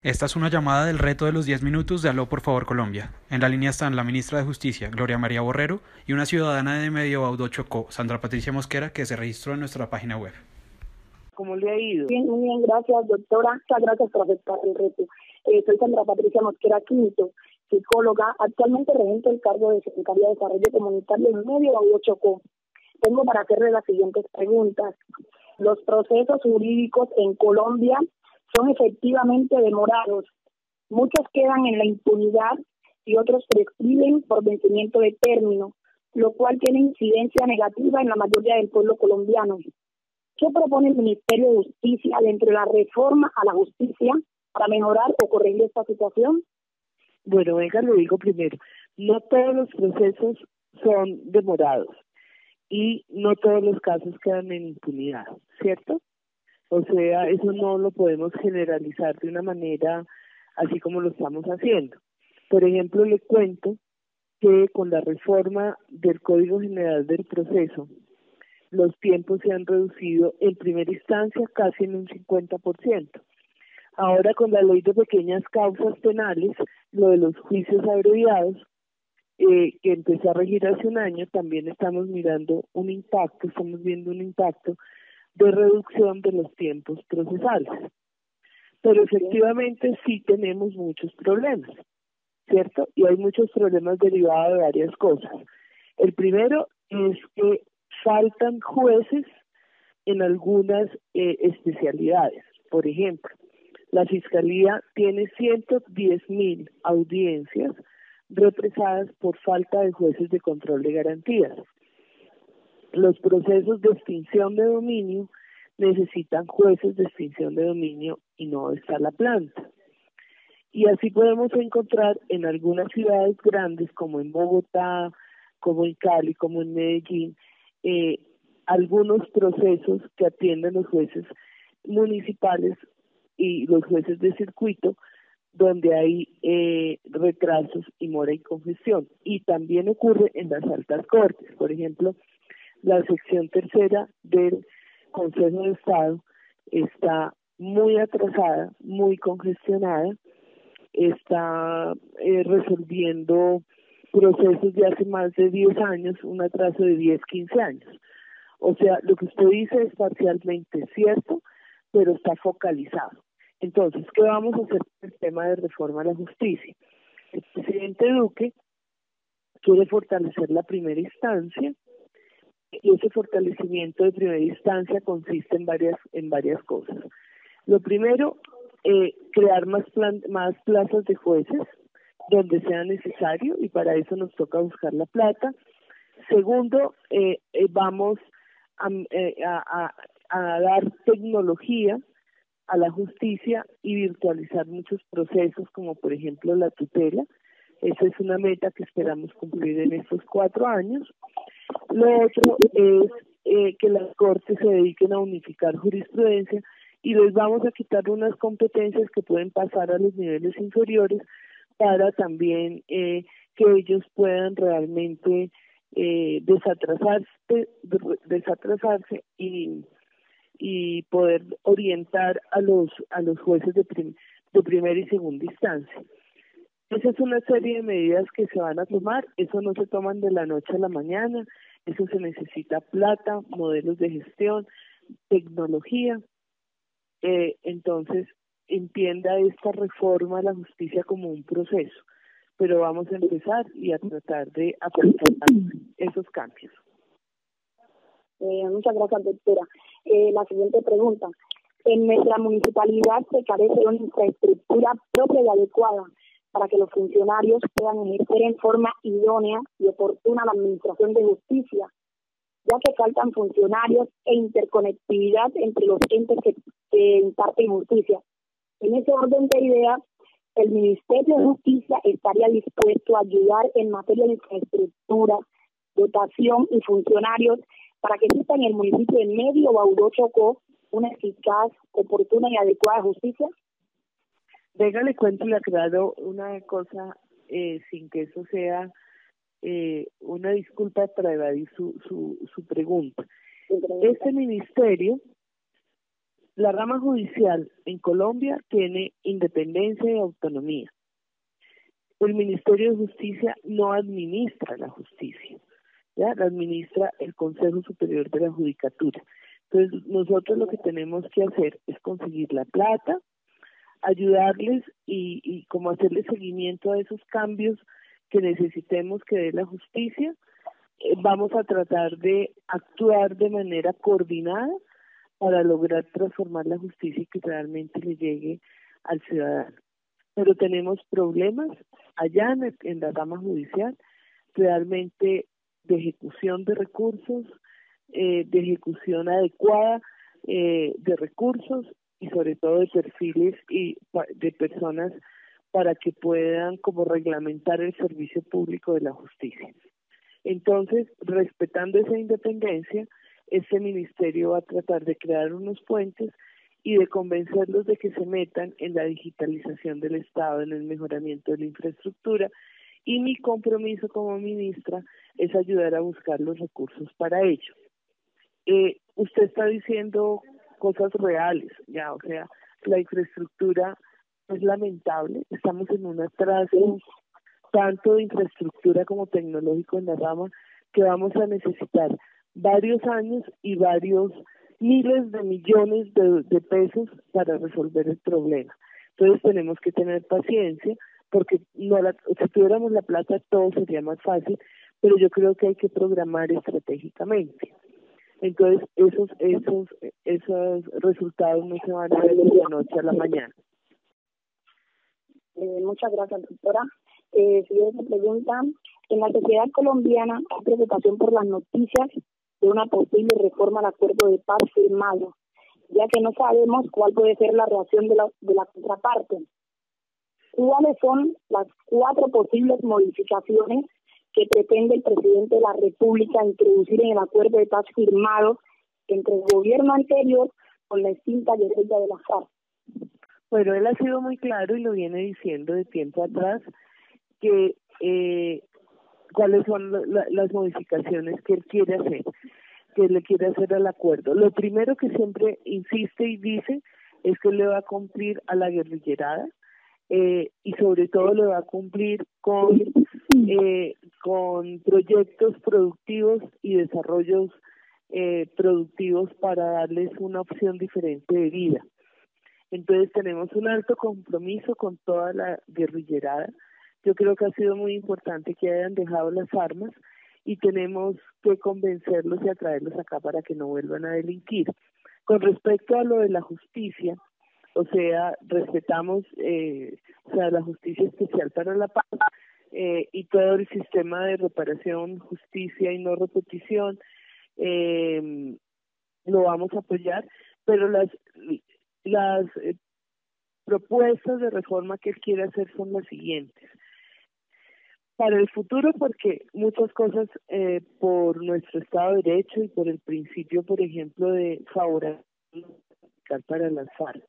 Esta es una llamada del reto de los 10 minutos de Aló por favor Colombia. En la línea están la ministra de Justicia, Gloria María Borrero, y una ciudadana de Medio Baudó Chocó, Sandra Patricia Mosquera, que se registró en nuestra página web. ¿Cómo le ha ido? Bien, muy bien, gracias, doctora. Muchas gracias por aceptar el reto. Soy Sandra Patricia Mosquera Quinto, psicóloga, actualmente regente del cargo de Secretaría de Desarrollo Comunitario en Medio Baudó Chocó. Tengo para hacerle las siguientes preguntas. ¿Los procesos jurídicos en Colombia son efectivamente demorados? Muchos quedan en la impunidad y otros prescriben por vencimiento de término, lo cual tiene incidencia negativa en la mayoría del pueblo colombiano. ¿Qué propone el Ministerio de Justicia dentro de la reforma a la justicia para mejorar o corregir esta situación? Bueno, venga, lo digo primero. No todos los procesos son demorados y no todos los casos quedan en impunidad, ¿cierto? O sea, eso no lo podemos generalizar de una manera así como lo estamos haciendo. Por ejemplo, le cuento que con la reforma del Código General del Proceso, los tiempos se han reducido en primera instancia casi en un 50%. Ahora con la ley de pequeñas causas penales, lo de los juicios abreviados, que empezó a regir hace un año, también estamos viendo un impacto de reducción de los tiempos procesales. Pero efectivamente sí tenemos muchos problemas, ¿cierto? Y hay muchos problemas derivados de varias cosas. El primero es que faltan jueces en algunas especialidades. Por ejemplo, la Fiscalía tiene 110.000 audiencias represadas por falta de jueces de control de garantías. Los procesos de extinción de dominio necesitan jueces de extinción de dominio y no está la planta. Y así podemos encontrar en algunas ciudades grandes como en Bogotá, como en Cali, como en Medellín, algunos procesos que atienden los jueces municipales y los jueces de circuito, donde hay retrasos y mora y congestión. Y también ocurre en las altas cortes. Por ejemplo, la sección tercera del Consejo de Estado está muy atrasada, muy congestionada, está resolviendo procesos de hace más de 10 años, un atraso de 10, 15 años. O sea, lo que usted dice es parcialmente cierto, pero está focalizado. Entonces, ¿qué vamos a hacer con el tema de reforma a la justicia? El presidente Duque quiere fortalecer la primera instancia, y ese fortalecimiento de primera instancia consiste en varias cosas. Lo primero, crear más plazas de jueces donde sea necesario, y para eso nos toca buscar la plata. Segundo, vamos a dar tecnología a la justicia y virtualizar muchos procesos, como por ejemplo la tutela. Esa es una meta que esperamos cumplir en estos 4 años. Lo otro es que las cortes se dediquen a unificar jurisprudencia y les vamos a quitar unas competencias que pueden pasar a los niveles inferiores para también que ellos puedan realmente desatrasarse y poder orientar a los jueces de primera y segunda instancia. Esa es una serie de medidas que se van a tomar. Eso no se toman de la noche a la mañana. Eso se necesita plata, modelos de gestión, tecnología. Entonces, entienda esta reforma a la justicia como un proceso. Pero vamos a empezar y a tratar de aplicar esos cambios. Muchas gracias, doctora. La siguiente pregunta. En nuestra municipalidad se carece de una infraestructura propia y adecuada para que los funcionarios puedan ejercer en forma idónea y oportuna la administración de justicia, ya que faltan funcionarios e interconectividad entre los entes que imparten justicia. En ese orden de ideas, el Ministerio de Justicia estaría dispuesto a ayudar en materia de infraestructura, dotación y funcionarios para que exista en el municipio de Medio Baudó Chocó una eficaz, oportuna y adecuada justicia. Venga, le cuento, le aclaro una cosa sin que eso sea una disculpa para evadir su pregunta. Este ministerio la rama judicial en Colombia tiene independencia y autonomía. El Ministerio de Justicia no administra la justicia, ¿ya? La administra el Consejo Superior de la Judicatura. Entonces, nosotros lo que tenemos que hacer es conseguir la plata, ayudarles y como hacerle seguimiento a esos cambios que necesitemos que dé la justicia. Vamos a tratar de actuar de manera coordinada para lograr transformar la justicia y que realmente le llegue al ciudadano. Pero tenemos problemas allá en la rama judicial, realmente de ejecución de recursos, de ejecución adecuada de recursos y sobre todo de perfiles y de personas para que puedan como reglamentar el servicio público de la justicia. Entonces, respetando esa independencia, este ministerio va a tratar de crear unos puentes y de convencerlos de que se metan en la digitalización del Estado, en el mejoramiento de la infraestructura, y mi compromiso como ministra es ayudar a buscar los recursos para ello. Usted está diciendo cosas reales, ya, o sea, la infraestructura es lamentable, estamos en un atraso tanto de infraestructura como tecnológico en la rama que vamos a necesitar varios años y varios miles de millones de pesos para resolver el problema. Entonces tenemos que tener paciencia porque si tuviéramos la plata todo sería más fácil, pero yo creo que hay que programar estratégicamente. Entonces esos resultados no se van a ver de la noche a la mañana. Muchas gracias, doctora. Siguiente pregunta. En la sociedad colombiana hay preocupación por las noticias de una posible reforma al acuerdo de paz firmado, ya que no sabemos cuál puede ser la reacción de la contraparte. ¿Cuáles son las 4 posibles modificaciones que pretende el presidente de la República introducir en el acuerdo de paz firmado entre el gobierno anterior con la extinta guerrilla de las FARC? Bueno, él ha sido muy claro y lo viene diciendo de tiempo atrás que cuáles son las modificaciones que él quiere hacer, que le quiere hacer al acuerdo. Lo primero que siempre insiste y dice es que le va a cumplir a la guerrillerada y sobre todo le va a cumplir con proyectos productivos y desarrollos productivos para darles una opción diferente de vida. Entonces tenemos un alto compromiso con toda la guerrillerada. Yo creo que ha sido muy importante que hayan dejado las armas y tenemos que convencerlos y atraerlos acá para que no vuelvan a delinquir. Con respecto a lo de la justicia, o sea, respetamos la justicia especial para la paz y todo el sistema de reparación, justicia y no repetición, lo vamos a apoyar, pero las propuestas de reforma que él quiere hacer son las siguientes. Para el futuro, porque muchas cosas por nuestro Estado de Derecho y por el principio, por ejemplo, de favorecer para las FARC,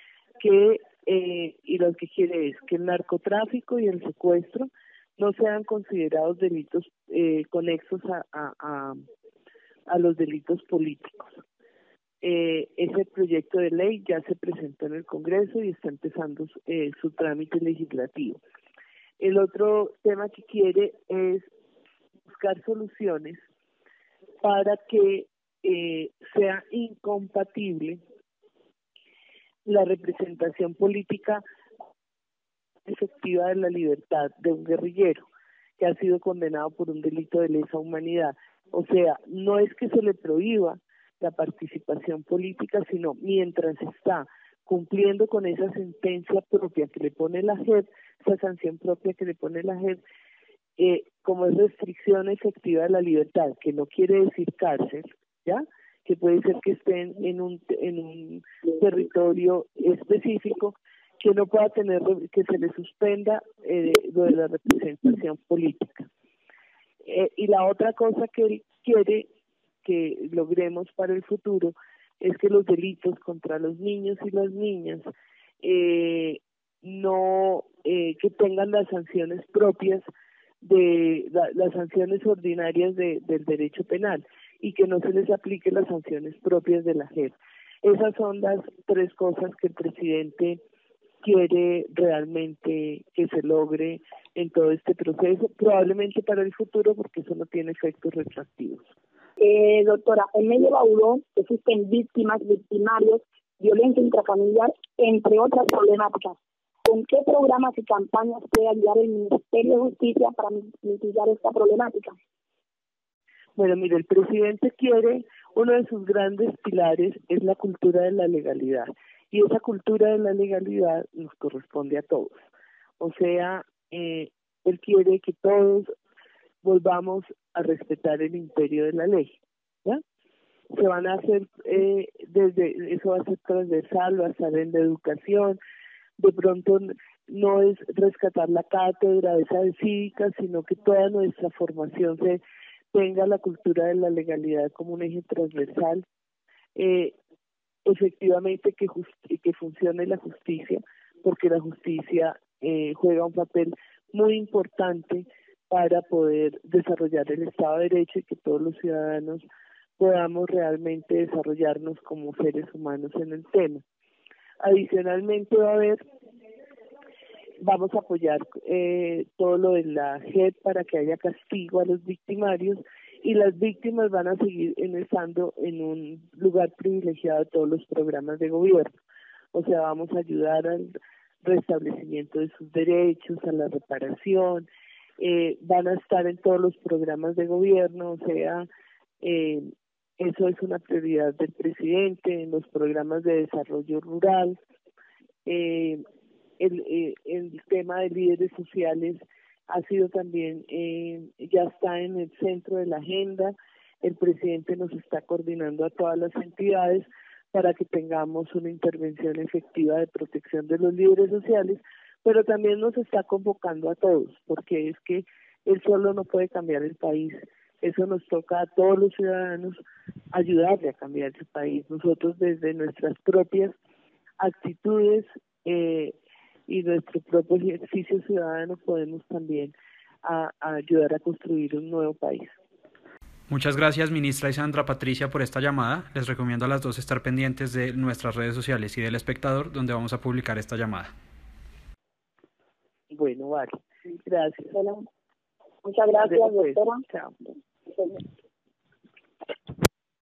y lo que quiere es que el narcotráfico y el secuestro no sean considerados delitos conexos a los delitos políticos. Ese proyecto de ley ya se presentó en el Congreso y está empezando su trámite legislativo. El otro tema que quiere es buscar soluciones para que sea incompatible la representación política efectiva de la libertad de un guerrillero que ha sido condenado por un delito de lesa humanidad. O sea, no es que se le prohíba la participación política, sino mientras está cumpliendo con esa sentencia propia que le pone la JEP, esa sanción propia que le pone la JEP, como es restricción efectiva de la libertad, que no quiere decir cárcel, ¿ya? Que puede ser que estén en un territorio específico, que no pueda tener, que se le suspenda lo de la representación política. Y la otra cosa que él quiere que logremos para el futuro es que los delitos contra los niños y las niñas que tengan las sanciones propias de las sanciones ordinarias del derecho penal y que no se les aplique las sanciones propias de la JEP. Esas son las tres cosas que el presidente quiere realmente que se logre en todo este proceso, probablemente para el futuro, porque eso no tiene efectos retroactivos. Doctora, en medio de Baudó existen víctimas, victimarios, violencia intrafamiliar, entre otras problemáticas. ¿Con qué programas y campañas puede ayudar el Ministerio de Justicia para mitigar esta problemática? Bueno, mire, el presidente quiere, uno de sus grandes pilares es la cultura de la legalidad, y esa cultura de la legalidad nos corresponde a todos. O sea, él quiere que todos volvamos a respetar el imperio de la ley, ¿ya? Se van a hacer, eso va a ser transversal, va a estar en la educación, de pronto no es rescatar la cátedra esa de cívica, sino que toda nuestra formación se tenga la cultura de la legalidad como un eje transversal, efectivamente que funcione la justicia, porque la justicia juega un papel muy importante para poder desarrollar el Estado de Derecho y que todos los ciudadanos podamos realmente desarrollarnos como seres humanos en el tema. Adicionalmente vamos a apoyar todo lo de la JEP para que haya castigo a los victimarios, y las víctimas van a seguir estando en un lugar privilegiado de todos los programas de gobierno. O sea, vamos a ayudar al restablecimiento de sus derechos, a la reparación, van a estar en todos los programas de gobierno, o sea, eso es una prioridad del presidente, en los programas de desarrollo rural. El tema de líderes sociales ha sido también, ya está en el centro de la agenda. El presidente nos está coordinando a todas las entidades para que tengamos una intervención efectiva de protección de los líderes sociales, pero también nos está convocando a todos, porque es que él solo no puede cambiar el país. Eso nos toca a todos los ciudadanos ayudarle a cambiar el país. Nosotros desde nuestras propias actitudes y nuestro propio ejercicio ciudadano podemos también a ayudar a construir un nuevo país. Muchas gracias, ministra Sandra Patricia, por esta llamada. Les recomiendo a las dos estar pendientes de nuestras redes sociales y del Espectador, donde vamos a publicar esta llamada. Bueno, vale. Gracias. Bueno, muchas gracias, doctora. Chao.